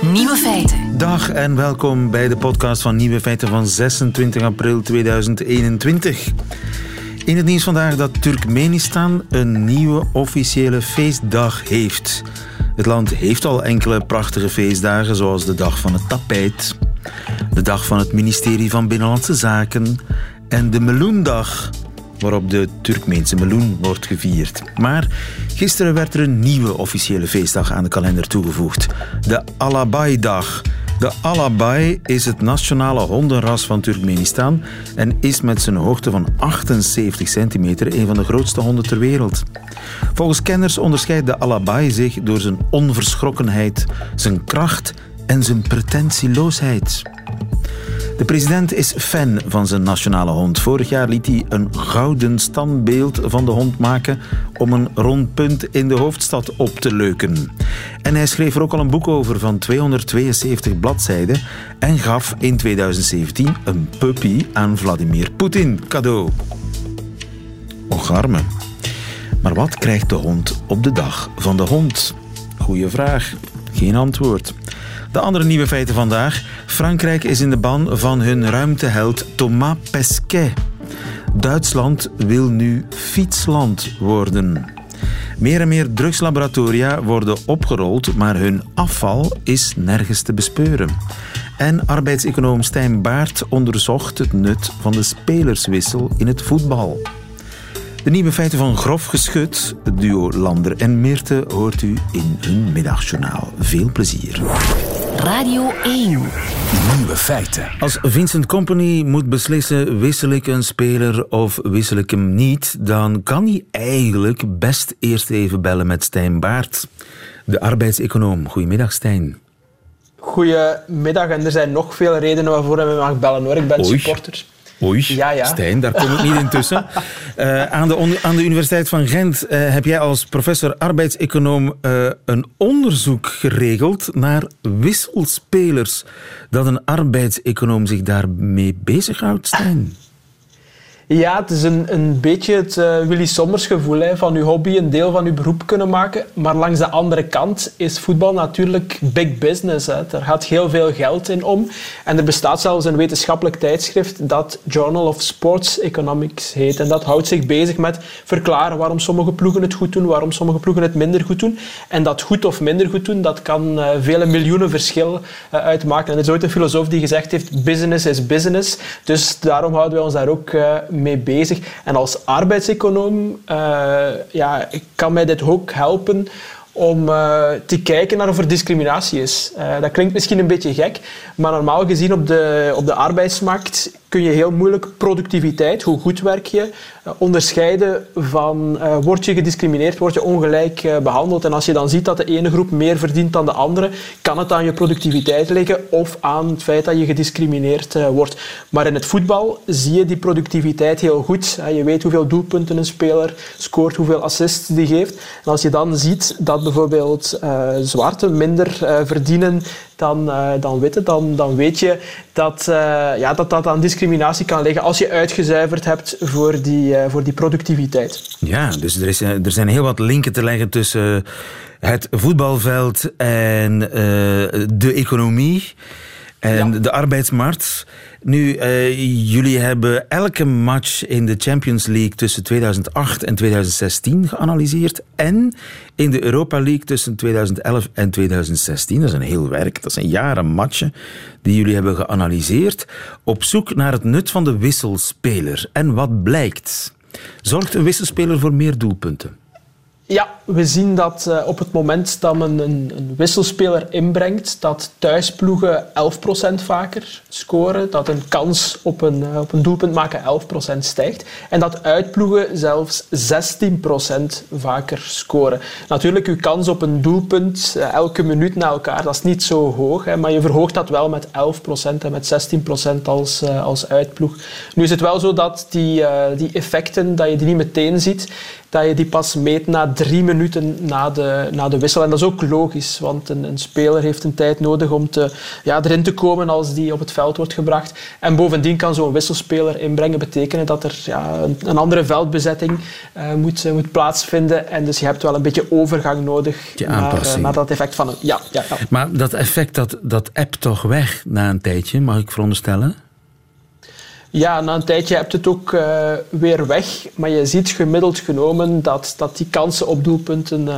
Nieuwe feiten. Dag en welkom bij de podcast van Nieuwe Feiten van 26 april 2021. In het nieuws vandaag dat Turkmenistan een nieuwe officiële feestdag heeft. Het land heeft al enkele prachtige feestdagen, zoals de Dag van het Tapijt, de Dag van het Ministerie van Binnenlandse Zaken en de Meloendag, waarop de Turkmeense meloen wordt gevierd. Maar gisteren werd er een nieuwe officiële feestdag aan de kalender toegevoegd. De Alabay-dag. De Alabay is het nationale hondenras van Turkmenistan en is met zijn hoogte van 78 centimeter een van de grootste honden ter wereld. Volgens kenners onderscheidt de Alabay zich door zijn onverschrokkenheid, zijn kracht en zijn pretentieloosheid. De president is fan van zijn nationale hond. Vorig jaar liet hij een gouden standbeeld van de hond maken om een rond punt in de hoofdstad op te leuken. En hij schreef er ook al een boek over van 272 bladzijden en gaf in 2017 een puppy aan Vladimir Poetin cadeau. Och arme. Maar wat krijgt de hond op de dag van de hond? Goeie vraag. Geen antwoord. De andere nieuwe feiten vandaag. Frankrijk is in de ban van hun ruimteheld Thomas Pesquet. Duitsland wil nu fietsland worden. Meer en meer drugslaboratoria worden opgerold, maar hun afval is nergens te bespeuren. En arbeidseconoom Stijn Baert onderzocht het nut van de spelerswissel in het voetbal. De nieuwe feiten van Grof Geschut, het duo Lander en Meerte, hoort u in hun middagjournaal. Veel plezier. Radio 1. Nieuwe feiten. Als Vincent Kompany moet beslissen, wissel ik een speler of wissel ik hem niet, dan kan hij eigenlijk best eerst even bellen met Stijn Baert, de arbeidseconoom. Goedemiddag, Stijn. Goedemiddag, en er zijn nog veel redenen waarvoor hij me mag bellen, hoor. Ik ben supporter. Oei, ja. Stijn, daar kom ik niet intussen. Aan de Universiteit van Gent heb jij als professor arbeidseconoom een onderzoek geregeld naar wisselspelers. Dat een arbeidseconoom zich daarmee bezighoudt, Stijn? Ja, het is een beetje het Willy Sommers gevoel, hè, van uw hobby een deel van uw beroep kunnen maken. Maar langs de andere kant is voetbal natuurlijk big business. Hè. Er gaat heel veel geld in om. En er bestaat zelfs een wetenschappelijk tijdschrift dat Journal of Sports Economics heet. En dat houdt zich bezig met verklaren waarom sommige ploegen het goed doen, waarom sommige ploegen het minder goed doen. En dat goed of minder goed doen, dat kan vele miljoenen verschil uitmaken. En er is ooit een filosoof die gezegd heeft, business is business. Dus daarom houden wij ons daar ook mee bezig. En als arbeidseconoom kan mij dit ook helpen om te kijken naar of er discriminatie is. Dat klinkt misschien een beetje gek, maar normaal gezien op de arbeidsmarkt kun je heel moeilijk productiviteit, hoe goed werk je, onderscheiden van word je gediscrimineerd, word je ongelijk behandeld. En als je dan ziet dat de ene groep meer verdient dan de andere, kan het aan je productiviteit liggen of aan het feit dat je gediscrimineerd wordt. Maar in het voetbal zie je die productiviteit heel goed. Je weet hoeveel doelpunten een speler scoort, hoeveel assists die geeft. En als je dan ziet dat bijvoorbeeld zwarte minder verdienen dan witte, dan weet je dat aan discriminatie kan liggen als je uitgezuiverd hebt voor die productiviteit. Ja, dus er zijn heel wat linken te leggen tussen het voetbalveld en de economie en de arbeidsmarkt. Nu, jullie hebben elke match in de Champions League tussen 2008 en 2016 geanalyseerd en in de Europa League tussen 2011 en 2016. Dat is een heel werk, dat zijn jaren matchen die jullie hebben geanalyseerd op zoek naar het nut van de wisselspeler. En wat blijkt? Zorgt een wisselspeler voor meer doelpunten? Ja, we zien dat op het moment dat men een wisselspeler inbrengt, dat thuisploegen 11% vaker scoren, dat een kans op een doelpunt maken 11% stijgt en dat uitploegen zelfs 16% vaker scoren. Natuurlijk, uw kans op een doelpunt elke minuut na elkaar, dat is niet zo hoog, hè, maar je verhoogt dat wel met 11% en met 16% als uitploeg. Nu is het wel zo dat die effecten, dat je die niet meteen ziet, dat je die pas meet na 3 minuten na de wissel. En dat is ook logisch, want een speler heeft een tijd nodig om erin te komen als die op het veld wordt gebracht. En bovendien kan zo'n wisselspeler inbrengen betekenen dat er een andere veldbezetting moet plaatsvinden. En dus je hebt wel een beetje overgang nodig naar dat effect van ja. Maar dat effect, dat ebt toch weg na een tijdje, mag ik veronderstellen? Ja, na een tijdje heb je het ook weer weg. Maar je ziet gemiddeld genomen dat die kansen op doelpunten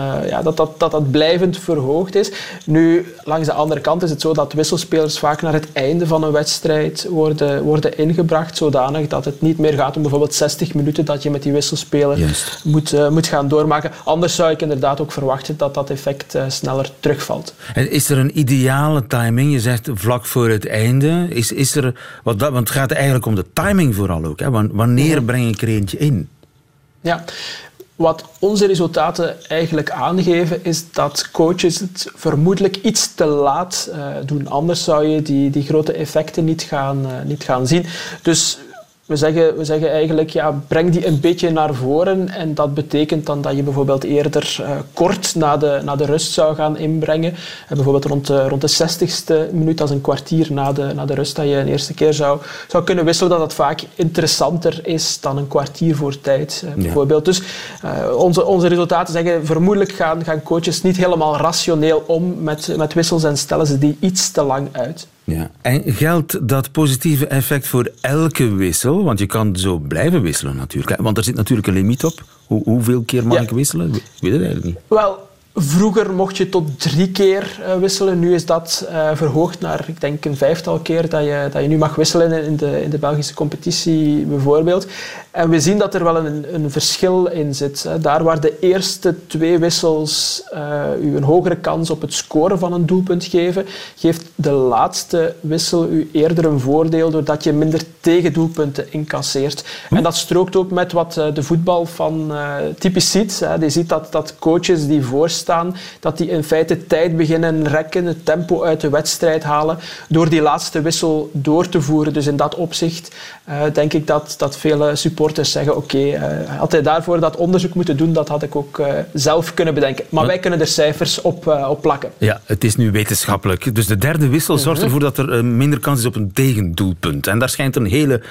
dat blijvend verhoogd is. Nu, langs de andere kant is het zo dat wisselspelers vaak naar het einde van een wedstrijd worden ingebracht, zodanig dat het niet meer gaat om bijvoorbeeld 60 minuten dat je met die wisselspeler moet gaan doormaken. Anders zou ik inderdaad ook verwachten dat dat effect sneller terugvalt. En is er een ideale timing? Je zegt vlak voor het einde. Is er, want het gaat eigenlijk om de timing vooral ook. Hè? Wanneer breng ik er eentje in? Ja, wat onze resultaten eigenlijk aangeven is dat coaches het vermoedelijk iets te laat doen. Anders zou je die grote effecten niet gaan zien. Dus we zeggen eigenlijk, breng die een beetje naar voren. En dat betekent dan dat je bijvoorbeeld eerder kort na de rust zou gaan inbrengen. Bijvoorbeeld rond de 60ste minuut, als een kwartier na de rust, dat je een eerste keer zou kunnen wisselen. Dat vaak interessanter is dan een kwartier voor tijd, bijvoorbeeld. Dus onze resultaten zeggen, vermoedelijk gaan coaches niet helemaal rationeel om met wissels en stellen ze die iets te lang uit. Ja. En geldt dat positieve effect voor elke wissel? Want je kan zo blijven wisselen natuurlijk. Want er zit natuurlijk een limiet op. Hoeveel keer mag ik wisselen? Ik weet het eigenlijk niet. Wel, vroeger mocht je tot 3 keer wisselen. Nu is dat verhoogd naar, ik denk, een 5-tal keer dat je nu mag wisselen in de Belgische competitie bijvoorbeeld. En we zien dat er wel een verschil in zit. Daar waar de eerste 2 wissels u een hogere kans op het scoren van een doelpunt geven, geeft de laatste wissel u eerder een voordeel doordat je minder tegendoelpunten incasseert. En dat strookt ook met wat de voetbal van typisch ziet. Die ziet dat coaches die voorstaan, dat die in feite tijd beginnen rekken, het tempo uit de wedstrijd halen, door die laatste wissel door te voeren. Dus in dat opzicht denk ik dat vele supporters zeggen, had hij daarvoor dat onderzoek moeten doen, dat had ik ook zelf kunnen bedenken. Maar wij kunnen er cijfers op plakken. Ja, het is nu wetenschappelijk. Dus de derde wissel zorgt ervoor dat er minder kans is op een tegendoelpunt. En daar schijnt een hele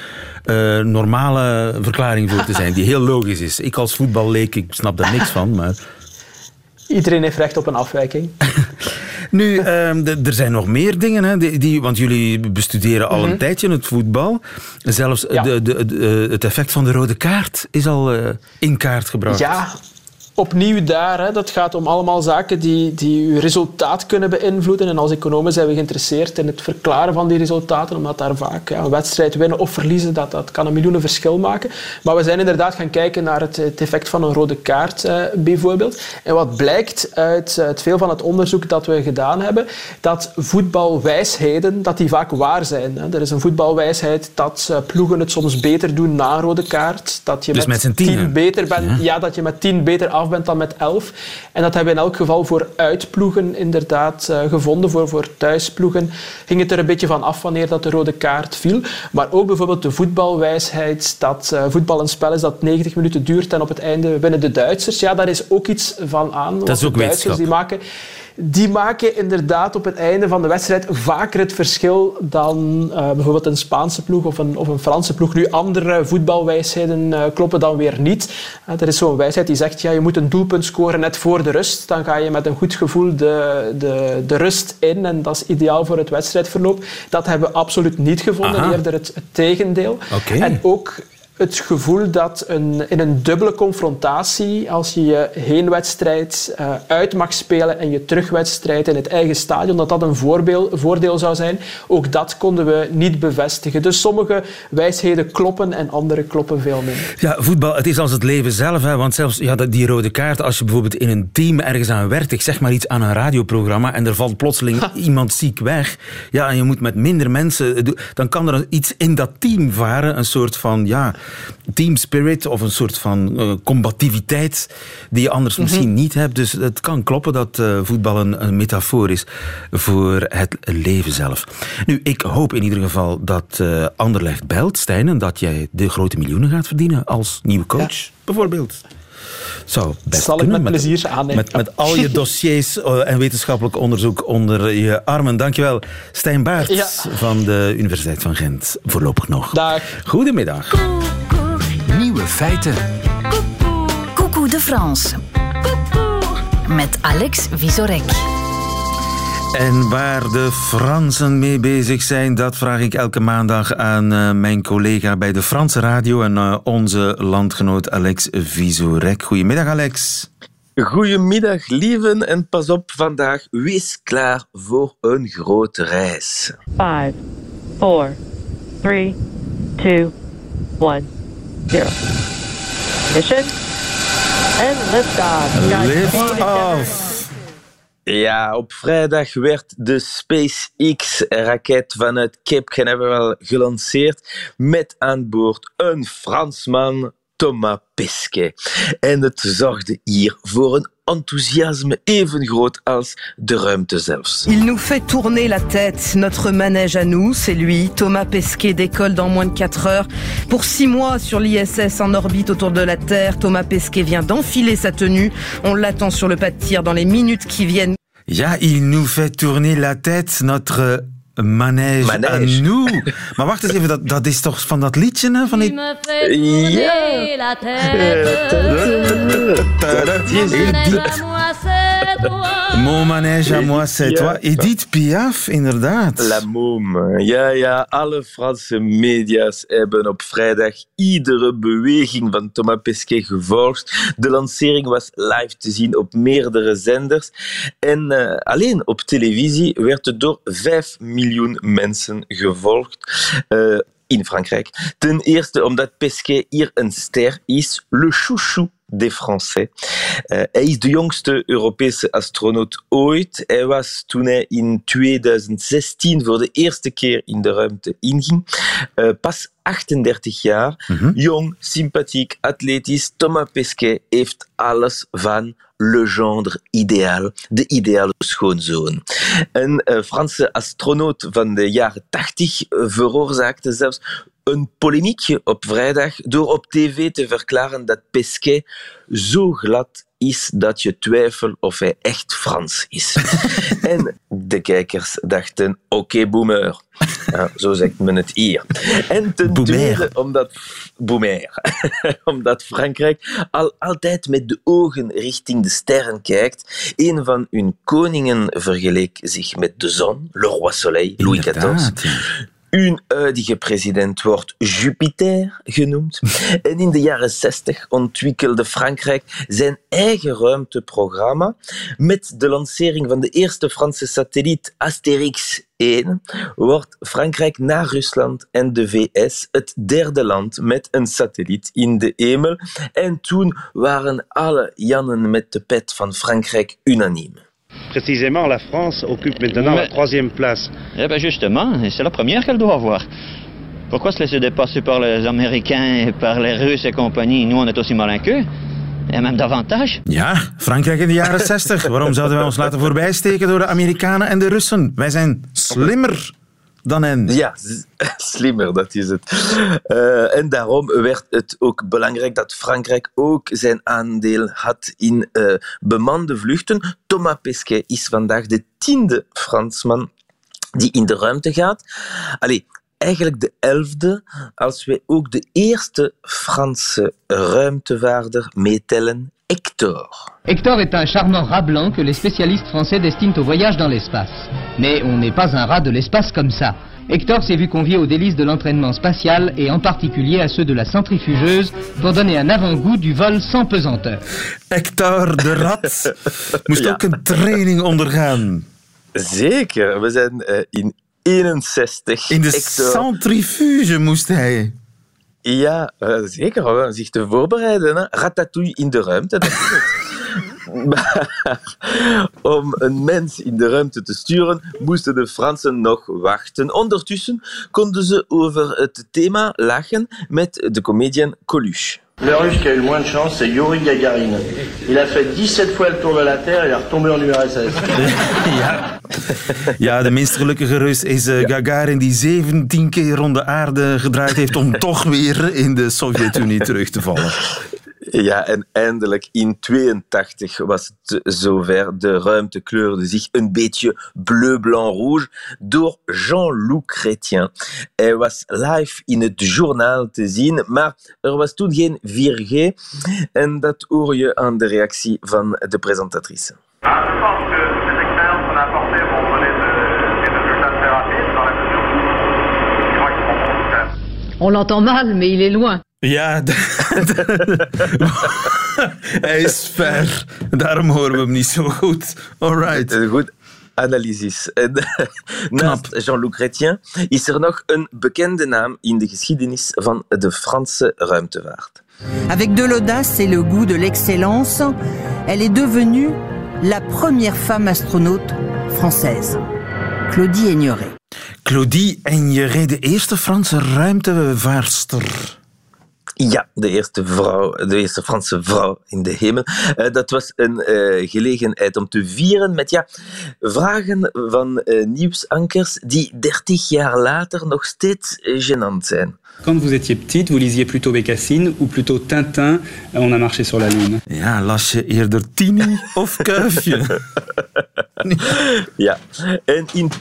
normale verklaring voor te zijn, die heel logisch is. Ik als voetballeek, ik snap daar niks van, maar... Iedereen heeft recht op een afwijking. Nu, er zijn nog meer dingen, hè, want jullie bestuderen al een tijdje het voetbal. Zelfs het effect van de rode kaart is al in kaart gebracht. Ja, opnieuw daar. Dat gaat om allemaal zaken die uw resultaat kunnen beïnvloeden. En als economen zijn we geïnteresseerd in het verklaren van die resultaten, omdat daar vaak een wedstrijd winnen of verliezen, dat kan een miljoenen verschil maken. Maar we zijn inderdaad gaan kijken naar het effect van een rode kaart bijvoorbeeld. En wat blijkt uit het veel van het onderzoek dat we gedaan hebben, dat voetbalwijsheden dat die vaak waar zijn. Er is een voetbalwijsheid dat ploegen het soms beter doen na een rode kaart. Dat je dus met z'n 10 beter bent. Ja, dat je met 10 beter af bent dan met 11. En dat hebben we in elk geval voor uitploegen inderdaad gevonden. Voor thuisploegen ging het er een beetje van af wanneer dat de rode kaart viel. Maar ook bijvoorbeeld de voetbalwijsheid dat voetbal een spel is dat 90 minuten duurt en op het einde winnen de Duitsers. Ja, daar is ook iets van aan. Dat is ook de Duitsers die maken inderdaad op het einde van de wedstrijd vaker het verschil dan bijvoorbeeld een Spaanse ploeg of een Franse ploeg. Nu, andere voetbalwijsheden kloppen dan weer niet. Er is zo'n wijsheid die zegt, je moet een doelpunt scoren net voor de rust. Dan ga je met een goed gevoel de rust in en dat is ideaal voor het wedstrijdverloop. Dat hebben we absoluut niet gevonden, eerder het tegendeel. Okay. En ook het gevoel dat in een dubbele confrontatie, als je je heenwedstrijd uit mag spelen en je terugwedstrijd in het eigen stadion, dat een voordeel zou zijn. Ook dat konden we niet bevestigen. Dus sommige wijsheden kloppen en andere kloppen veel minder. Ja, voetbal, het is als het leven zelf. Hè, want zelfs die rode kaart, als je bijvoorbeeld in een team ergens aan werkt, ik zeg maar iets aan een radioprogramma, en er valt plotseling iemand ziek weg, en je moet met minder mensen, dan kan er iets in dat team varen, een soort van, team spirit of een soort van combativiteit die je anders misschien niet hebt. Dus het kan kloppen dat voetbal een metafoor is voor het leven zelf. Nu, ik hoop in ieder geval dat Anderlecht belt, Stijn, en dat jij de grote miljoenen gaat verdienen als nieuwe coach, bijvoorbeeld. Zou best zal kunnen, ik met plezier aannemen. Met al je dossiers en wetenschappelijk onderzoek onder je armen. Dankjewel, Stijn Baerts van de Universiteit van Gent. Voorlopig nog. Dag. Goedemiddag. Nieuwe feiten. Coucou de France. Met Alex Vizorek. En waar de Fransen mee bezig zijn, dat vraag ik elke maandag aan mijn collega bij de Franse radio en onze landgenoot Alex Vizorek. Goedemiddag, Alex. Goedemiddag, lieven. En pas op vandaag, wees klaar voor een grote reis. 5, 4, 3, 2, 1, 0. Ignition. En liftoff. Lift off. Ja, op vrijdag werd de SpaceX-raket vanuit Cape Canaveral gelanceerd met aan boord een Fransman, Thomas Pesquet. En het zorgde hier voor een enthousiasme even groot als de ruimte zelfs. Il nous fait tourner la tête. Notre manège à nous, c'est lui. Thomas Pesquet décolle dans moins de 4 heures. Pour 6 mois sur l'ISS en orbite autour de la Terre, Thomas Pesquet vient d'enfiler sa tenue. On l'attend sur le pas de tir dans les minutes qui viennent. Ja, il nous fait tourner la tête, notre manège. À nous. Maar wacht eens even, dat is toch van dat liedje, hè? Van die... Ja. Mon manège à moi, c'est toi. Edith Piaf, inderdaad. La Môme. Ja, alle Franse media's hebben op vrijdag iedere beweging van Thomas Pesquet gevolgd. De lancering was live te zien op meerdere zenders. En alleen op televisie werd het door 5 miljoen mensen gevolgd. In Frankrijk. Ten eerste omdat Pesquet hier een ster is, le chouchou des Français. Hij is de jongste Europese astronaut ooit. Hij was toen hij in 2016 voor de eerste keer in de ruimte inging. Pas 38 jaar. Jong, sympathiek, atletisch. Thomas Pesquet heeft alles van le gendre idéal, de ideale schoonzoon. Een Franse astronaut van de jaren 80 veroorzaakte zelfs een polemiekje op vrijdag door op tv te verklaren dat Pesquet zo glad is dat je twijfelt of hij echt Frans is. En de kijkers dachten, oké, boomer. Zo zegt men het hier. En ten tweede, omdat Frankrijk altijd met de ogen richting de sterren kijkt. Een van hun koningen vergeleek zich met de zon, le roi soleil, Louis XIV. Hun huidige president wordt Jupiter genoemd. En in de jaren 60 ontwikkelde Frankrijk zijn eigen ruimteprogramma met de lancering van de eerste Franse satelliet Asterix 1 wordt Frankrijk na Rusland en de VS het derde land met een satelliet in de hemel. En toen waren alle Jannen met de pet van Frankrijk unaniem. Précisément, la France occupe maintenant la 3e place. Eh bien justement, c'est la première qu'elle doit avoir. Pourquoi se laisser dépasser par les Américains et par les Russes et compagnie? Nous, on est aussi malin qu'eux. En même davantage. Ja, Frankrijk in de jaren 60. Waarom zouden wij ons laten voorbijsteken door de Amerikanen en de Russen? Wij zijn slimmer dan hen. Ja, slimmer, dat is het. En daarom werd het ook belangrijk dat Frankrijk ook zijn aandeel had in bemande vluchten. Thomas Pesquet is vandaag de 10e Fransman die in de ruimte gaat. Allee, eigenlijk de 11e, als wij ook de eerste Franse ruimtevaarder meetellen, Hector. Hector est un charmant rat blanc que les spécialistes français destinent au voyage dans l'espace. Mais on n'est pas un rat de l'espace comme ça. Hector s'est vu convié aux délices de l'entraînement spatial et en particulier à ceux de la centrifugeuse pour donner un avant-goût du vol sans pesanteur. Hector de rat moest ook een training ondergaan. Zeker, we zijn in 61. In de centrifuge moest hij. Ja, zeker, om zich te voorbereiden. Hè. Ratatouille in de ruimte, dat is het. Maar om een mens in de ruimte te sturen, moesten de Fransen nog wachten. Ondertussen konden ze over het thema lachen met de comedian Coluche. Le Russe qui a eu le moins de chance, c'est Yuri Gagarin. Il a fait 17 fois le tour de la Terre et il est retombé en URSS. Ja, de minst gelukkige Rus is Gagarin, die 17 keer rond de aarde gedraaid heeft om toch weer in de Sovjet-Unie terug te vallen. Ja, en eindelijk in 1982 was het zover. De ruimte kleurde zich een beetje bleu-blanc-rouge door Jean-Luc Chrétien. Hij was live in het journaal te zien, maar er was toen geen 4G. En dat hoor je aan de reactie van de presentatrice. On l'entend mal, mais il est loin. Ja, hij is ver. Daarom horen we hem niet zo goed. Alright. Goed. Analyses. Naast Jean-Luc Chrétien is er nog een bekende naam in de geschiedenis van de Franse ruimtevaart. Avec de l'audace et le goût de l'excellence, elle est devenue la première femme astronaute française. Claudie Aigneret. Claudie Aigneret, de eerste Franse ruimtevaartster. Ja, de eerste Franse vrouw in de hemel. Dat was een gelegenheid om te vieren met vragen van nieuwsankers die 30 jaar later nog steeds gênant zijn. Quand vous étiez petite, vous lisiez plutôt Bécassine ou plutôt Tintin, On a marché sur la lune? Ja, las je eerder Tini of Kuifje? Ja, en in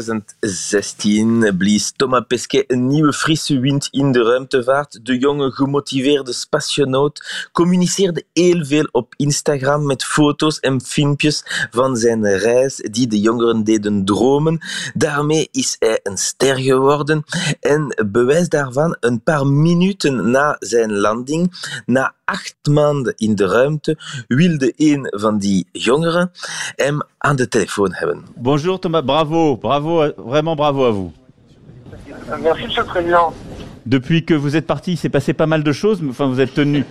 2016 blies Thomas Pesquet een nieuwe frisse wind in de ruimtevaart. De jonge, gemotiveerde spationaut communiceerde heel veel op Instagram met foto's en filmpjes van zijn reis die de jongeren deden dromen. Daarmee is hij een ster geworden en bewijs daarvan een paar minuten na zijn landing, na 8 maanden in de ruimte, wilde een van die jongeren hem aan de telefoon hebben. Bonjour Thomas, bravo, vraiment bravo à vous. Merci Monsieur le Président. Depuis que vous êtes parti, il s'est passé pas mal de choses, enfin vous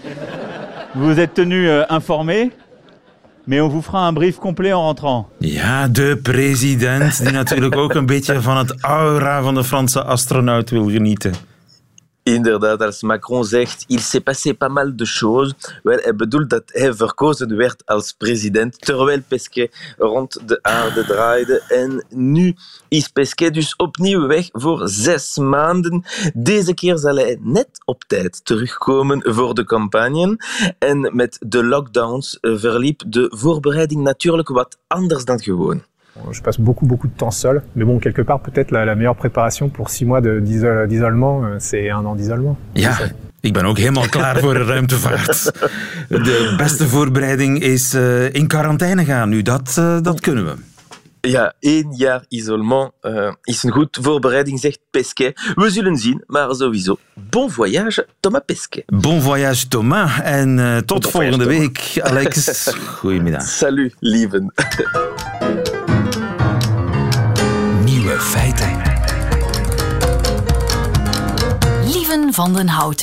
êtes tenu informé, mais on vous fera un brief complet en rentrant. Ja, de president, die natuurlijk ook een beetje van het aura van de Franse astronaut wil genieten. Inderdaad, als Macron zegt, il s'est passé pas mal de choses, wel, hij bedoelt dat hij verkozen werd als president, terwijl Pesquet rond de aarde draaide. En nu is Pesquet dus opnieuw weg voor 6 maanden. Deze keer zal hij net op tijd terugkomen voor de campagne. En met de lockdowns verliep de voorbereiding natuurlijk wat anders dan gewoon. Je passe beaucoup de temps seul, mais bon, quelque part, peut-être la meilleure préparation pour 6 mois d'isolement, c'est 1 an d'isolement. Ja, ik ben ook helemaal klaar voor de ruimtevaart. De beste voorbereiding is in quarantaine gaan nu, dat kunnen we. Ja, 1 jaar isolement is een goed voorbereiding, zegt Pesquet. We zullen zien, maar sowieso. Bon voyage, Thomas Pesquet. Bon voyage, Thomas. En tot volgende week, Alex. Goedemiddag. Salut, lieven. Nieuwe feiten. Lieven van den Houten.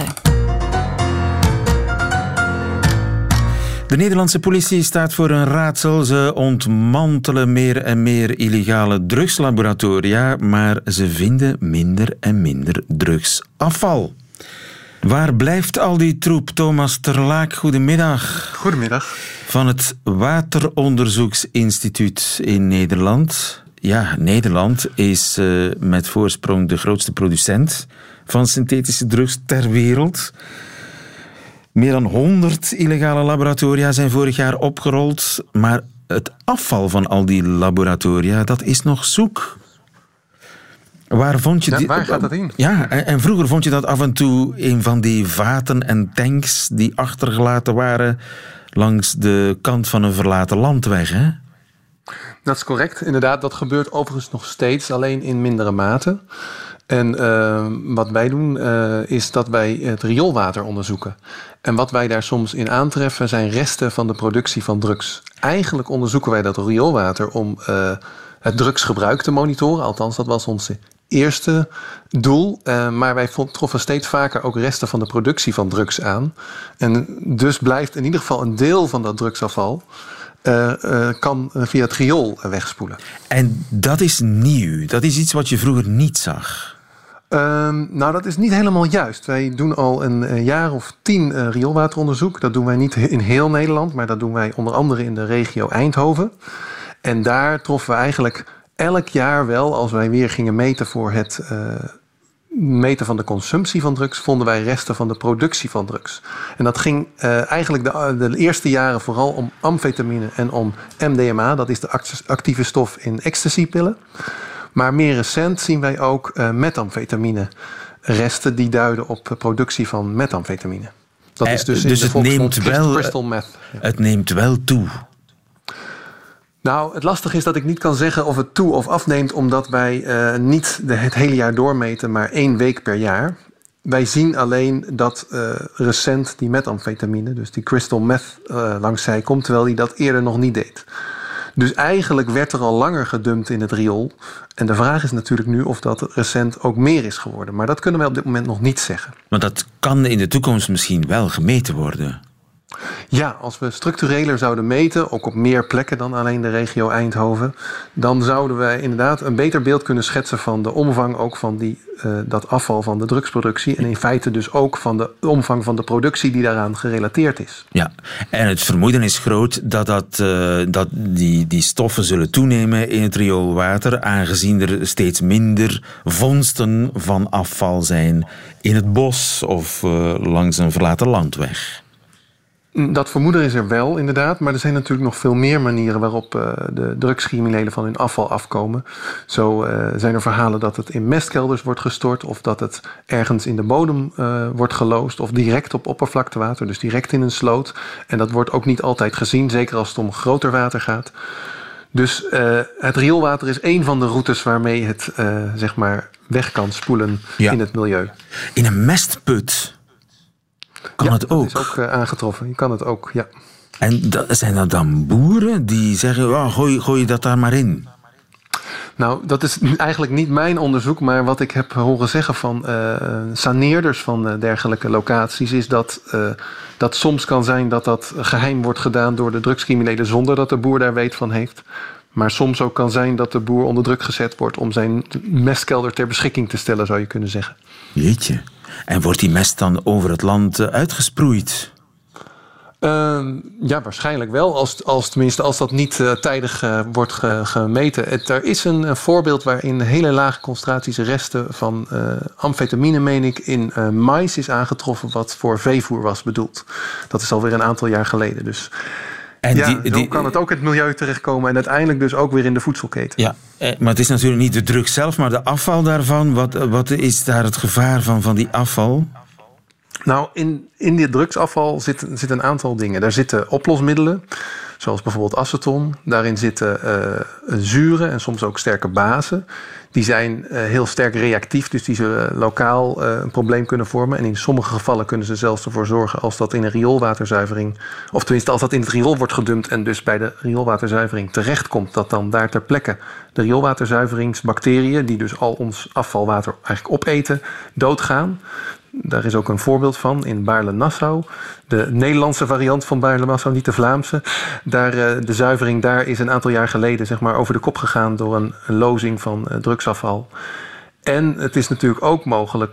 De Nederlandse politie staat voor een raadsel. Ze ontmantelen meer en meer illegale drugslaboratoria, maar ze vinden minder en minder drugsafval. Waar blijft al die troep? Thomas Terlaak, goedemiddag. Goedemiddag. Van het Wateronderzoeksinstituut in Nederland. Ja, Nederland is met voorsprong de grootste producent van synthetische drugs ter wereld. Meer dan 100 illegale laboratoria zijn vorig jaar opgerold, maar het afval van al die laboratoria, dat is nog zoek. Waar gaat dat in? Ja, en vroeger vond je dat af en toe in van die vaten en tanks die achtergelaten waren langs de kant van een verlaten landweg, hè? Dat is correct. Inderdaad, dat gebeurt overigens nog steeds, alleen in mindere mate. En wat wij doen is dat wij het rioolwater onderzoeken. En wat wij daar soms in aantreffen zijn resten van de productie van drugs. Eigenlijk onderzoeken wij dat rioolwater om het drugsgebruik te monitoren. Althans, dat was ons eerste doel. Maar wij troffen steeds vaker ook resten van de productie van drugs aan. En dus blijft in ieder geval een deel van dat drugsafval kan via het riool wegspoelen. En dat is nieuw. Dat is iets wat je vroeger niet zag. Nou, dat is niet helemaal juist. Wij doen al een jaar of 10 rioolwateronderzoek. Dat doen wij niet in heel Nederland, maar dat doen wij onder andere in de regio Eindhoven. En daar troffen we eigenlijk elk jaar wel, als wij weer gingen meten voor het meten van de consumptie van drugs vonden wij resten van de productie van drugs. En dat ging eigenlijk de eerste jaren vooral om amfetamine en om MDMA. Dat is de actieve stof in ecstasypillen. Maar meer recent zien wij ook methamfetamine resten die duiden op productie van methamfetamine. Dat is dus het neemt crystal meth. Ja. Het neemt wel toe. Nou, het lastige is dat ik niet kan zeggen of het toe of afneemt, omdat wij niet het hele jaar doormeten, maar 1 week per jaar. Wij zien alleen dat recent die methamfetamine, dus die crystal meth, langs zij komt, terwijl hij dat eerder nog niet deed. Dus eigenlijk werd er al langer gedumpt in het riool. En de vraag is natuurlijk nu of dat recent ook meer is geworden. Maar dat kunnen wij op dit moment nog niet zeggen. Maar dat kan in de toekomst misschien wel gemeten worden. Ja, als we structureler zouden meten, ook op meer plekken dan alleen de regio Eindhoven, dan zouden wij inderdaad een beter beeld kunnen schetsen van de omvang ook van dat afval van de drugsproductie. En in feite dus ook van de omvang van de productie die daaraan gerelateerd is. Ja, en het vermoeden is groot dat die stoffen zullen toenemen in het rioolwater, aangezien er steeds minder vondsten van afval zijn in het bos of langs een verlaten landweg. Dat vermoeden is er wel, inderdaad. Maar er zijn natuurlijk nog veel meer manieren waarop de drugscriminelen van hun afval afkomen. Zo zijn er verhalen dat het in mestkelders wordt gestort, of dat het ergens in de bodem wordt geloosd, of direct op oppervlaktewater, dus direct in een sloot. En dat wordt ook niet altijd gezien, zeker als het om groter water gaat. Dus het rioolwater is één van de routes waarmee het zeg maar weg kan spoelen in het milieu. In een mestput kan het ook? Dat is ook aangetroffen. Je kan het ook, ja. En zijn dat dan boeren die zeggen, oh, gooi dat daar maar in? Nou, dat is eigenlijk niet mijn onderzoek, maar wat ik heb horen zeggen van saneerders van dergelijke locaties is dat soms kan zijn dat dat geheim wordt gedaan door de drugscriminelen zonder dat de boer daar weet van heeft. Maar soms ook kan zijn dat de boer onder druk gezet wordt om zijn mestkelder ter beschikking te stellen, zou je kunnen zeggen. Jeetje. En wordt die mest dan over het land uitgesproeid? Ja, waarschijnlijk wel. Tenminste, als dat niet tijdig wordt gemeten. Er is een voorbeeld waarin hele lage concentraties resten van amfetamine, meen ik, in mais is aangetroffen wat voor veevoer was bedoeld. Dat is alweer een aantal jaar geleden. Dus en zo kan het ook in het milieu terechtkomen en uiteindelijk dus ook weer in de voedselketen. Ja, maar het is natuurlijk niet de drugs zelf, maar de afval daarvan. Wat is daar het gevaar van die afval? Nou, in dit drugsafval zit een aantal dingen. Daar zitten oplosmiddelen, zoals bijvoorbeeld aceton. Daarin zitten zuren en soms ook sterke bazen. Die zijn heel sterk reactief, dus die zullen lokaal een probleem kunnen vormen. En in sommige gevallen kunnen ze zelfs ervoor zorgen, als dat in een rioolwaterzuivering, of tenminste als dat in het riool wordt gedumpt en dus bij de rioolwaterzuivering terechtkomt, dat dan daar ter plekke de rioolwaterzuiveringsbacteriën, die dus al ons afvalwater eigenlijk opeten, doodgaan. Daar is ook een voorbeeld van in Baarle-Nassau. De Nederlandse variant van Baarle-Nassau, niet de Vlaamse. De zuivering daar is een aantal jaar geleden zeg maar, over de kop gegaan door een lozing van drugsafval. En het is natuurlijk ook mogelijk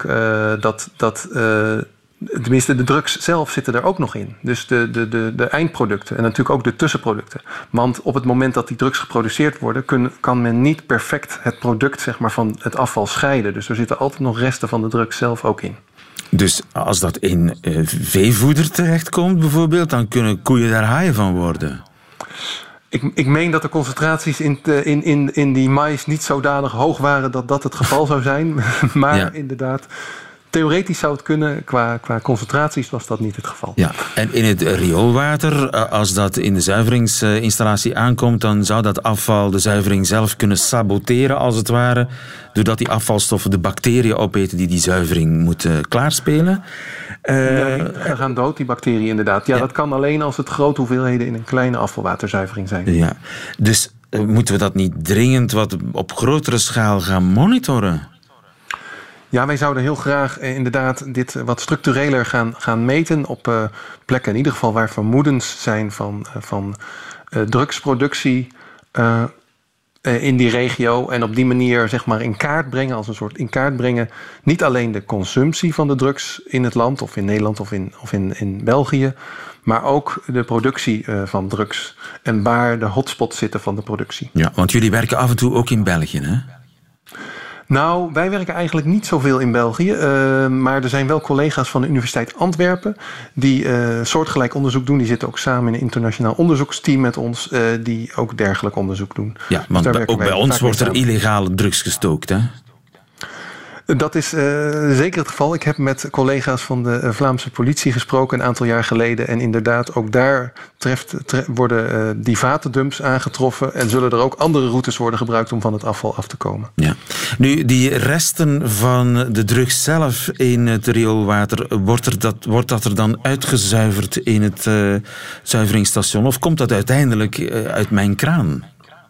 tenminste de drugs zelf zitten er ook nog in. Dus de eindproducten en natuurlijk ook de tussenproducten. Want op het moment dat die drugs geproduceerd worden, kan men niet perfect het product zeg maar, van het afval scheiden. Dus er zitten altijd nog resten van de drugs zelf ook in. Dus als dat in veevoeder terechtkomt bijvoorbeeld, dan kunnen koeien daar haaien van worden? Ik meen dat de concentraties in die mais niet zodanig hoog waren dat dat het geval zou zijn. Maar inderdaad, theoretisch zou het kunnen. Qua concentraties was dat niet het geval. Ja. En in het rioolwater, als dat in de zuiveringsinstallatie aankomt, dan zou dat afval de zuivering zelf kunnen saboteren, als het ware, doordat die afvalstoffen de bacteriën opeten die zuivering moeten klaarspelen. Nee, ze gaan dood, die bacteriën inderdaad. Ja, dat kan alleen als het grote hoeveelheden in een kleine afvalwaterzuivering zijn. Ja. Dus moeten we dat niet dringend wat op grotere schaal gaan monitoren? Ja, wij zouden heel graag inderdaad dit wat structureler gaan meten op plekken in ieder geval waar vermoedens zijn van drugsproductie in die regio. En op die manier zeg maar in kaart brengen, als een soort in kaart brengen, niet alleen de consumptie van de drugs in het land of in Nederland of in België, maar ook de productie van drugs en waar de hotspots zitten van de productie. Ja, want jullie werken af en toe ook in België, hè? Nou, wij werken eigenlijk niet zoveel in België. Maar er zijn wel collega's van de Universiteit Antwerpen die soortgelijk onderzoek doen. Die zitten ook samen in een internationaal onderzoeksteam met ons die ook dergelijk onderzoek doen. Ja, want dus ook bij ons wordt er illegale drugs gestookt, hè? Dat is zeker het geval. Ik heb met collega's van de Vlaamse politie gesproken een aantal jaar geleden. En inderdaad, ook daar worden die vatendumps aangetroffen. En zullen er ook andere routes worden gebruikt om van het afval af te komen. Ja. Nu, die resten van de drugs zelf in het rioolwater, wordt dat er dan uitgezuiverd in het zuiveringsstation? Of komt dat uiteindelijk uit mijn kraan?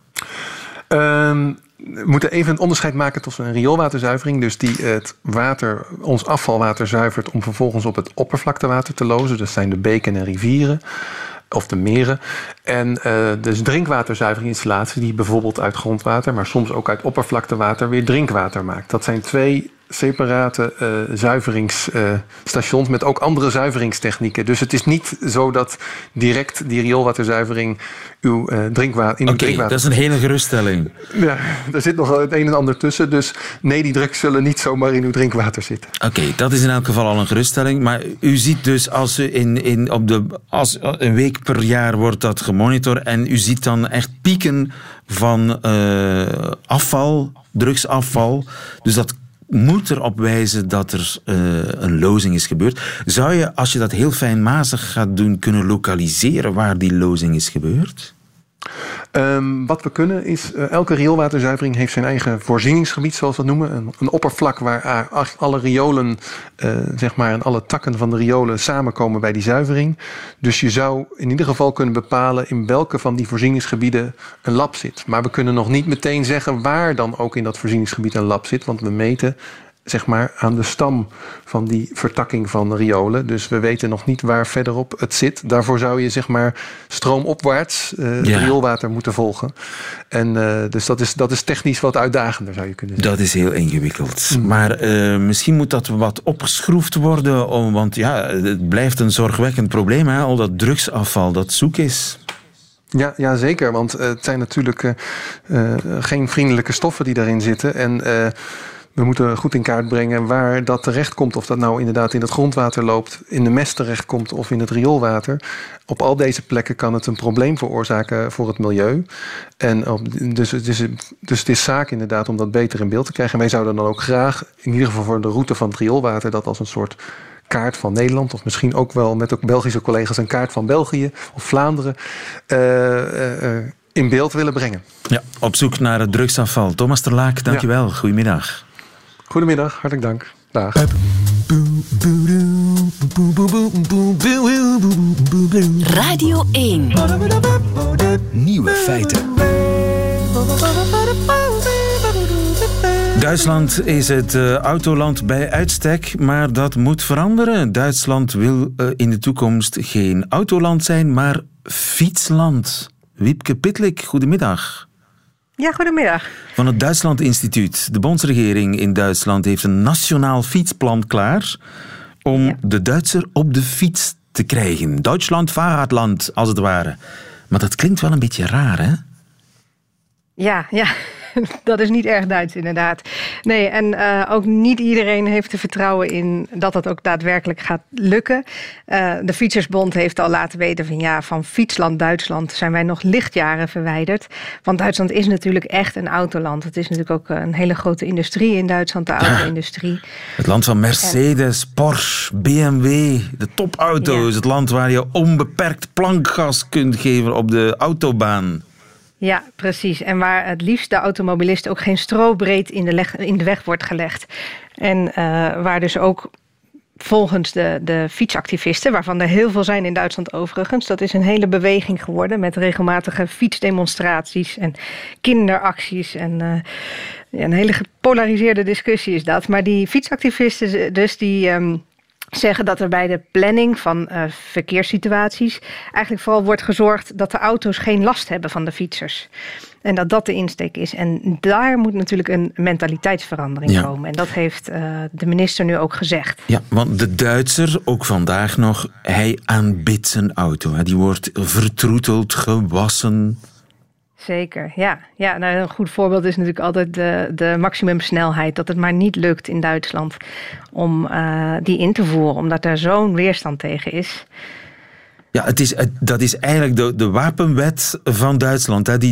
We moeten even een onderscheid maken tussen een rioolwaterzuivering, dus die het water, ons afvalwater zuivert om vervolgens op het oppervlaktewater te lozen. Dat zijn de beken en rivieren of de meren. En dus drinkwaterzuiveringinstallaties die bijvoorbeeld uit grondwater, maar soms ook uit oppervlaktewater weer drinkwater maakt. Dat zijn twee separate zuiveringsstations met ook andere zuiveringstechnieken. Dus het is niet zo dat direct die rioolwaterzuivering uw drinkwater... Oké, dat is een hele geruststelling. Ja, er zit nog het een en ander tussen. Dus nee, die drugs zullen niet zomaar in uw drinkwater zitten. Oké, dat is in elk geval al een geruststelling. Maar u ziet dus als u als een week per jaar wordt dat gemonitord en u ziet dan echt pieken van afval, drugsafval. Dus dat moet erop wijzen dat er een lozing is gebeurd. Zou je, als je dat heel fijnmazig gaat doen, kunnen lokaliseren waar die lozing is gebeurd? Wat we kunnen is, elke rioolwaterzuivering heeft zijn eigen voorzieningsgebied, zoals we dat noemen. Een oppervlak waar alle riolen, zeg maar, en alle takken van de riolen samenkomen bij die zuivering. Dus je zou in ieder geval kunnen bepalen in welke van die voorzieningsgebieden een lab zit. Maar we kunnen nog niet meteen zeggen waar dan ook in dat voorzieningsgebied een lab zit, want we meten, zeg maar, aan de stam van die vertakking van riolen. Dus we weten nog niet waar verderop het zit. Daarvoor zou je, zeg maar, stroomopwaarts rioolwater moeten volgen. En dus dat is technisch wat uitdagender, zou je kunnen zeggen. Dat is heel ingewikkeld. Maar misschien moet dat wat opgeschroefd worden, want ja, het blijft een zorgwekkend probleem, hè? Al dat drugsafval dat zoek is. Ja, zeker. Want het zijn natuurlijk geen vriendelijke stoffen die daarin zitten. En we moeten goed in kaart brengen waar dat terecht komt. Of dat nou inderdaad in het grondwater loopt, in de mest terecht komt of in het rioolwater. Op al deze plekken kan het een probleem veroorzaken voor het milieu. En dus het is zaak inderdaad om dat beter in beeld te krijgen. En wij zouden dan ook graag, in ieder geval voor de route van het rioolwater, dat als een soort kaart van Nederland, of misschien ook wel met ook Belgische collega's een kaart van België of Vlaanderen in beeld willen brengen. Ja, op zoek naar het drugsafval. Thomas Terlaak, dankjewel. Ja. Goedemiddag. Goedemiddag, hartelijk dank. Dag. Radio 1. Nieuwe feiten. Duitsland is het autoland bij uitstek, maar dat moet veranderen. Duitsland wil in de toekomst geen autoland zijn, maar fietsland. Wiepke Pitlik, goedemiddag. Ja, goedemiddag. Van het Duitsland Instituut. De bondsregering in Duitsland heeft een nationaal fietsplan klaar om de Duitser op de fiets te krijgen. Duitsland, Fahrradland, als het ware. Maar dat klinkt wel een beetje raar, hè? Ja. Dat is niet erg Duits, inderdaad. Nee, en ook niet iedereen heeft er vertrouwen in dat dat ook daadwerkelijk gaat lukken. De Fietsersbond heeft al laten weten van fietsland Duitsland zijn wij nog lichtjaren verwijderd. Want Duitsland is natuurlijk echt een autoland. Het is natuurlijk ook een hele grote industrie in Duitsland, de auto-industrie. Het land van Mercedes, Porsche, BMW, de topauto's. Ja. Het land waar je onbeperkt plankgas kunt geven op de autobaan. Ja, precies. En waar het liefst de automobilist ook geen strobreed in de weg wordt gelegd. En waar dus ook volgens de fietsactivisten, waarvan er heel veel zijn in Duitsland overigens, dat is een hele beweging geworden met regelmatige fietsdemonstraties en kinderacties en een hele gepolariseerde discussie is dat. Maar die fietsactivisten dus, die zeggen dat er bij de planning van verkeerssituaties eigenlijk vooral wordt gezorgd dat de auto's geen last hebben van de fietsers. En dat dat de insteek is. En daar moet natuurlijk een mentaliteitsverandering komen. En dat heeft de minister nu ook gezegd. Ja, want de Duitser, ook vandaag nog, hij aanbidt zijn auto. Die wordt vertroeteld, gewassen. Zeker, ja. Nou, een goed voorbeeld is natuurlijk altijd de maximumsnelheid. Dat het maar niet lukt in Duitsland om die in te voeren. Omdat daar zo'n weerstand tegen is. Ja, dat is eigenlijk de wapenwet van Duitsland. Hè?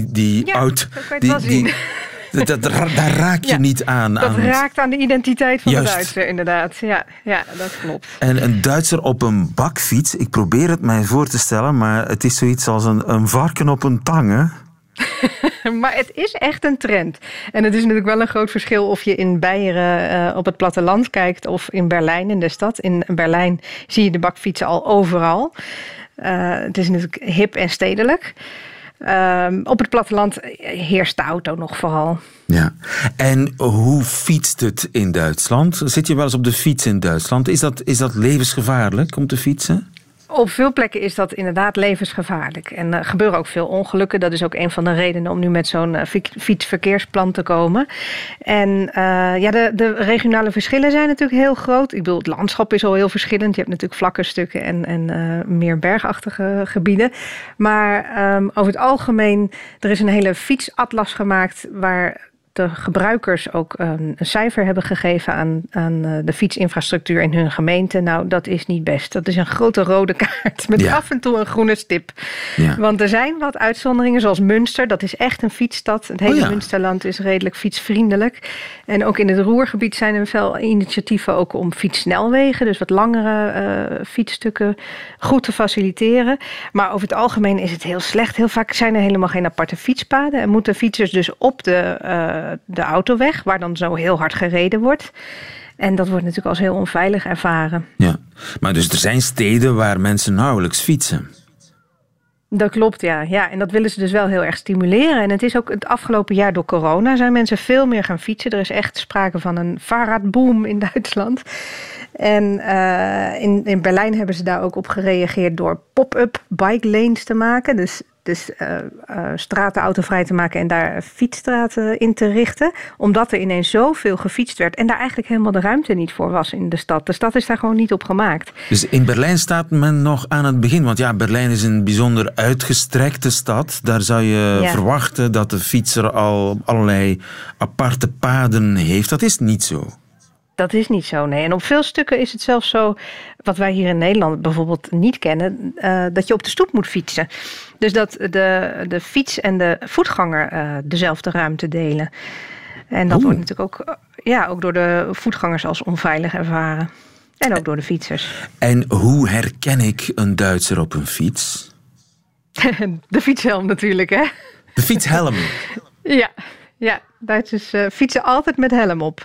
Daar raak je niet aan. Dat raakt aan de identiteit van de Duitser, inderdaad. Ja, dat klopt. En een Duitser op een bakfiets, ik probeer het mij voor te stellen, maar het is zoiets als een varken op een tang, hè? Maar het is echt een trend. En het is natuurlijk wel een groot verschil of je in Beieren op het platteland kijkt of in Berlijn, in de stad. In Berlijn zie je de bakfietsen al overal. Het is natuurlijk hip en stedelijk. Op het platteland heerst de auto nog vooral. Ja. En hoe fietst het in Duitsland? Zit je wel eens op de fiets in Duitsland? Is dat levensgevaarlijk om te fietsen? Op veel plekken is dat inderdaad levensgevaarlijk. En er gebeuren ook veel ongelukken. Dat is ook een van de redenen om nu met zo'n fietsverkeersplan te komen. En de regionale verschillen zijn natuurlijk heel groot. Ik bedoel, het landschap is al heel verschillend. Je hebt natuurlijk vlakke stukken en meer bergachtige gebieden. Maar over het algemeen, er is een hele fietsatlas gemaakt waar de gebruikers ook een cijfer hebben gegeven aan de fietsinfrastructuur in hun gemeente. Nou, dat is niet best. Dat is een grote rode kaart met af en toe een groene stip. Ja. Want er zijn wat uitzonderingen, zoals Münster. Dat is echt een fietsstad. Het hele Münsterland is redelijk fietsvriendelijk. En ook in het Ruhrgebied zijn er veel initiatieven ook om fietssnelwegen, dus wat langere fietsstukken, goed te faciliteren. Maar over het algemeen is het heel slecht. Heel vaak zijn er helemaal geen aparte fietspaden en moeten fietsers dus op de autoweg, waar dan zo heel hard gereden wordt. En dat wordt natuurlijk als heel onveilig ervaren. Ja, maar dus er zijn steden waar mensen nauwelijks fietsen. Dat klopt, ja. En dat willen ze dus wel heel erg stimuleren. En het is ook het afgelopen jaar door corona zijn mensen veel meer gaan fietsen. Er is echt sprake van een Fahrradboom in Duitsland. En in Berlijn hebben ze daar ook op gereageerd door pop-up bike lanes te maken. Dus straten autovrij te maken en daar fietsstraten in te richten. Omdat er ineens zoveel gefietst werd en daar eigenlijk helemaal de ruimte niet voor was in de stad. De stad is daar gewoon niet op gemaakt. Dus in Berlijn staat men nog aan het begin. Want ja, Berlijn is een bijzonder uitgestrekte stad. Daar zou je verwachten dat de fietser al allerlei aparte paden heeft. Dat is niet zo. Dat is niet zo, nee. En op veel stukken is het zelfs zo, wat wij hier in Nederland bijvoorbeeld niet kennen, dat je op de stoep moet fietsen. Dus dat de fiets en de voetganger dezelfde ruimte delen. En dat wordt natuurlijk ook door de voetgangers als onveilig ervaren. En ook door de fietsers. En hoe herken ik een Duitser op een fiets? De fietshelm natuurlijk, hè? De fietshelm? Ja. Duitsers fietsen altijd met helm op.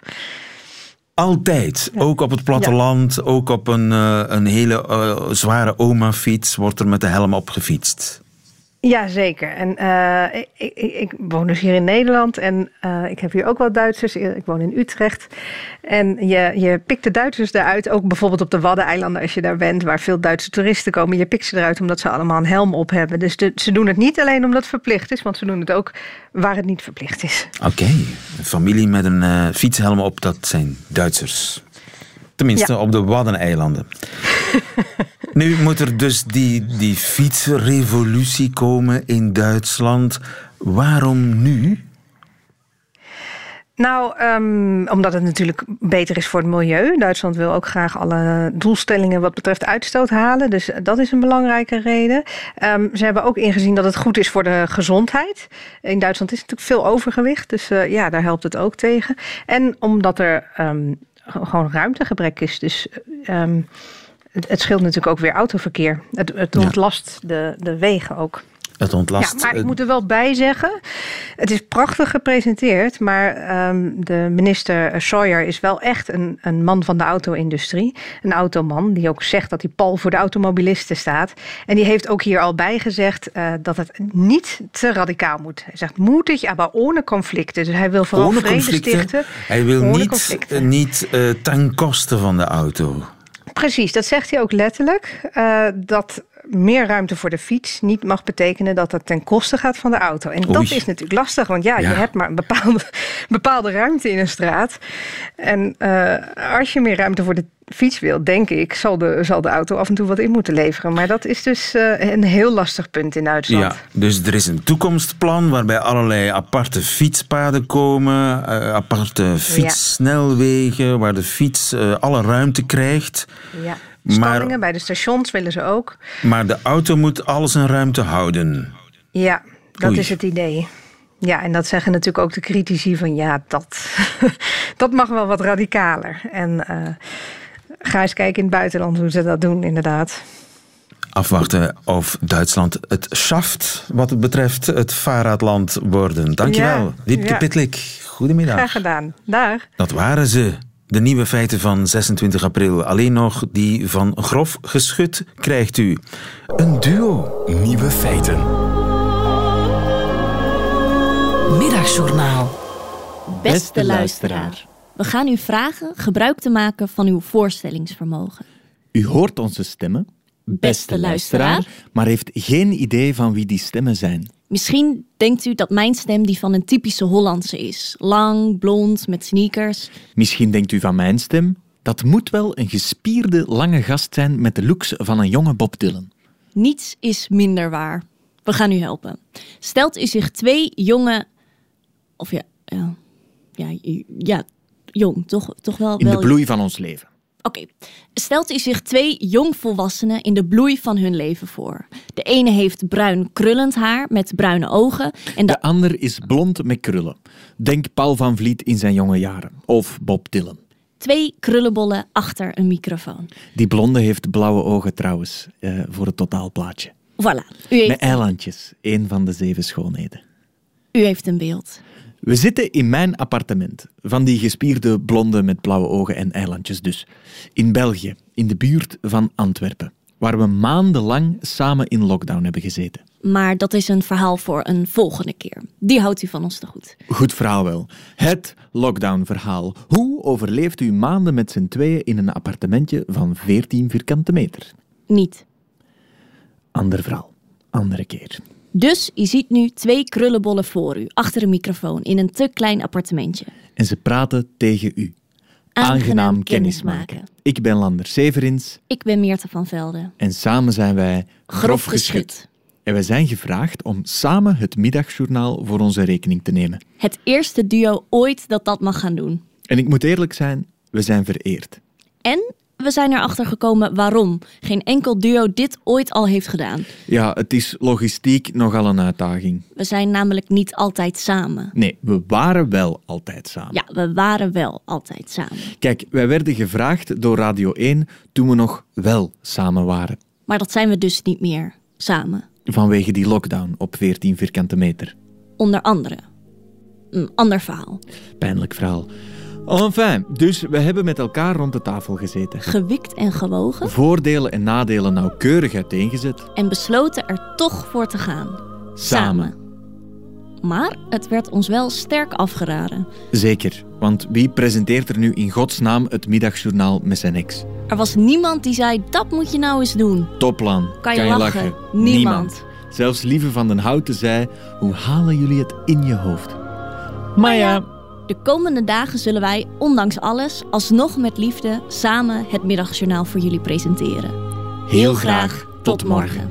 Altijd. Ja. Ook op het platteland, ook op een hele zware oma-fiets wordt er met de helm op gefietst. Ja, zeker. En ik woon dus hier in Nederland en ik heb hier ook wel Duitsers. Ik woon in Utrecht. En je pikt de Duitsers eruit, ook bijvoorbeeld op de Waddeneilanden als je daar bent, waar veel Duitse toeristen komen. Je pikt ze eruit omdat ze allemaal een helm op hebben. Dus ze doen het niet alleen omdat het verplicht is, want ze doen het ook waar het niet verplicht is. Oké. Een familie met een fietshelm op, dat zijn Duitsers. Tenminste, op de Waddeneilanden. Nu moet er dus die fietsrevolutie komen in Duitsland. Waarom nu? Nou, omdat het natuurlijk beter is voor het milieu. Duitsland wil ook graag alle doelstellingen wat betreft uitstoot halen. Dus dat is een belangrijke reden. Ze hebben ook ingezien dat het goed is voor de gezondheid. In Duitsland is natuurlijk veel overgewicht. Dus daar helpt het ook tegen. En omdat er gewoon ruimtegebrek is. Dus het scheelt natuurlijk ook weer autoverkeer. Het ontlast de wegen ook. Het ontlast. Ja, maar ik moet er wel bij zeggen, het is prachtig gepresenteerd, maar de minister Scheuer is wel echt een man van de auto-industrie. Een automan die ook zegt dat hij pal voor de automobilisten staat. En die heeft ook hier al bij gezegd dat het niet te radicaal moet. Hij zegt mutig, maar ohne conflicten. Dus hij wil vooral vrede stichten. Hij wil niet ten koste van de auto. Precies, dat zegt hij ook letterlijk. Dat meer ruimte voor de fiets niet mag betekenen dat dat ten koste gaat van de auto. En dat is natuurlijk lastig, want je hebt maar een bepaalde ruimte in een straat. En als je meer ruimte voor de fiets wil, denk ik, zal de auto af en toe wat in moeten leveren. Maar dat is dus een heel lastig punt in Duitsland. Ja, dus er is een toekomstplan waarbij allerlei aparte fietspaden komen, aparte fietssnelwegen, waar de fiets alle ruimte krijgt. Ja, stallingen bij de stations willen ze ook. Maar de auto moet alles in ruimte houden. Ja, dat is het idee. Ja, en dat zeggen natuurlijk ook de critici van dat mag wel wat radicaler. En ga eens kijken in het buitenland hoe ze dat doen, inderdaad. Afwachten of Duitsland het schaft wat het betreft het Fahrradland worden. Dankjewel, Wiebke Pitlik. Goedemiddag. Graag gedaan. Dag. Dat waren ze. De nieuwe feiten van 26 april. Alleen nog die van Grof Geschut krijgt u. Een duo. Nieuwe feiten. Middagjournaal. Beste luisteraar. We gaan u vragen gebruik te maken van uw voorstellingsvermogen. U hoort onze stemmen, beste luisteraar, maar heeft geen idee van wie die stemmen zijn. Misschien denkt u dat mijn stem die van een typische Hollandse is. Lang, blond, met sneakers. Misschien denkt u van mijn stem, dat moet wel een gespierde, lange gast zijn met de looks van een jonge Bob Dylan. Niets is minder waar. We gaan u helpen. Stelt u zich twee jonge... Of jong, toch wel... In de bloei van ons leven. Oké. Stelt u zich twee jongvolwassenen in de bloei van hun leven voor. De ene heeft bruin krullend haar met bruine ogen. En de ander is blond met krullen. Denk Paul van Vliet in zijn jonge jaren. Of Bob Dylan. Twee krullenbollen achter een microfoon. Die blonde heeft blauwe ogen trouwens, voor het totaalplaatje. Voilà. Met eilandjes, 1 van de 7 schoonheden. U heeft een beeld. We zitten in mijn appartement. Van die gespierde blonde met blauwe ogen en eilandjes dus. In België, in de buurt van Antwerpen. Waar we maandenlang samen in lockdown hebben gezeten. Maar dat is een verhaal voor een volgende keer. Die houdt u van ons te goed. Goed verhaal wel. Het lockdown-verhaal. Hoe overleeft u maanden met z'n tweeën in een appartementje van 14 vierkante meter? Niet. Ander verhaal. Andere keer. Dus je ziet nu twee krullenbollen voor u, achter een microfoon, in een te klein appartementje. En ze praten tegen u. Aangenaam kennismaken. Ik ben Lander Severins. Ik ben Meerte van Velde. En samen zijn wij Grof Geschut. En we zijn gevraagd om samen het middagjournaal voor onze rekening te nemen. Het eerste duo ooit dat mag gaan doen. En ik moet eerlijk zijn, we zijn vereerd. En we zijn erachter gekomen waarom geen enkel duo dit ooit al heeft gedaan. Ja, het is logistiek nogal een uitdaging. We zijn namelijk niet altijd samen. Nee, we waren wel altijd samen. Ja, we waren wel altijd samen. Kijk, wij werden gevraagd door Radio 1 toen we nog wel samen waren. Maar dat zijn we dus niet meer samen. Vanwege die lockdown op 14 vierkante meter. Onder andere. Een ander verhaal. Pijnlijk verhaal. Enfin, dus we hebben met elkaar rond de tafel gezeten. Gewikt en gewogen. Voordelen en nadelen nauwkeurig uiteengezet. En besloten er toch voor te gaan. Samen. Maar het werd ons wel sterk afgeraden. Zeker, want wie presenteert er nu in godsnaam het middagjournaal met zijn ex? Er was niemand die zei, dat moet je nou eens doen. Toplan. Kan je lachen? Niemand. Zelfs Lieve van den Houten zei, hoe halen jullie het in je hoofd? Maar ja... De komende dagen zullen wij, ondanks alles, alsnog met liefde samen het middagjournaal voor jullie presenteren. Heel graag, tot morgen.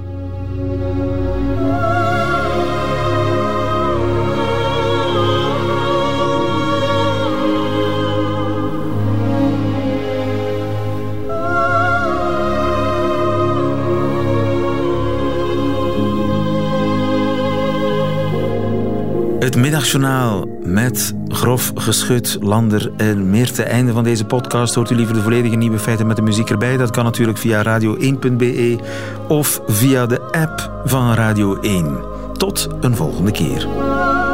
Het middagjournaal met Grof Geschut, Lander en Meerte. Einde van deze podcast. Hoort u liever de volledige nieuwe feiten met de muziek erbij? Dat kan natuurlijk via radio1.be of via de app van Radio 1. Tot een volgende keer.